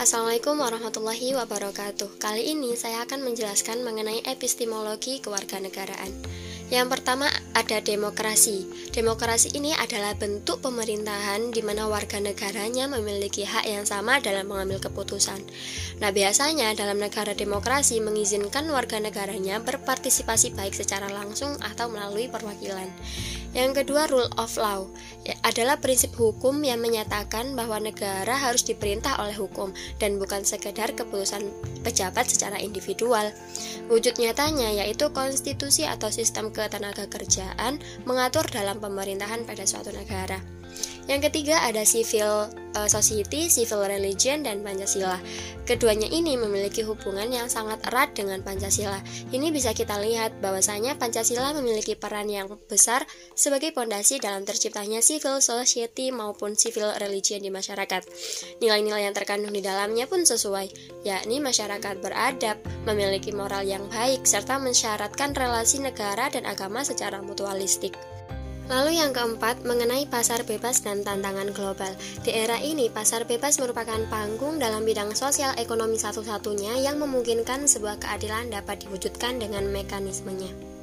Assalamualaikum warahmatullahi wabarakatuh. Kali ini saya akan menjelaskan mengenai epistemologi kewarganegaraan. Yang pertama ada demokrasi. Demokrasi ini adalah bentuk pemerintahan di mana warga negaranya memiliki hak yang sama dalam mengambil keputusan. Nah, biasanya dalam negara demokrasi mengizinkan warga negaranya berpartisipasi baik secara langsung atau melalui perwakilan. Yang kedua, rule of law adalah prinsip hukum yang menyatakan bahwa negara harus diperintah oleh hukum dan bukan sekedar keputusan pejabat secara individual. Wujud nyatanya yaitu konstitusi atau sistem ketenagakerjaan mengatur dalam pemerintahan pada suatu negara. Yang ketiga ada civil society, civil religion, dan Pancasila. Keduanya ini memiliki hubungan yang sangat erat dengan Pancasila. Ini bisa kita lihat bahwasanya Pancasila memiliki peran yang besar sebagai pondasi dalam terciptanya civil society maupun civil religion di masyarakat. Nilai-nilai yang terkandung di dalamnya pun sesuai, yakni masyarakat beradab, memiliki moral yang baik, serta mensyaratkan relasi negara dan agama secara mutualistik. Lalu yang keempat, mengenai pasar bebas dan tantangan global. Di era ini, pasar bebas merupakan panggung dalam bidang sosial ekonomi satu-satunya yang memungkinkan sebuah keadilan dapat diwujudkan dengan mekanismenya.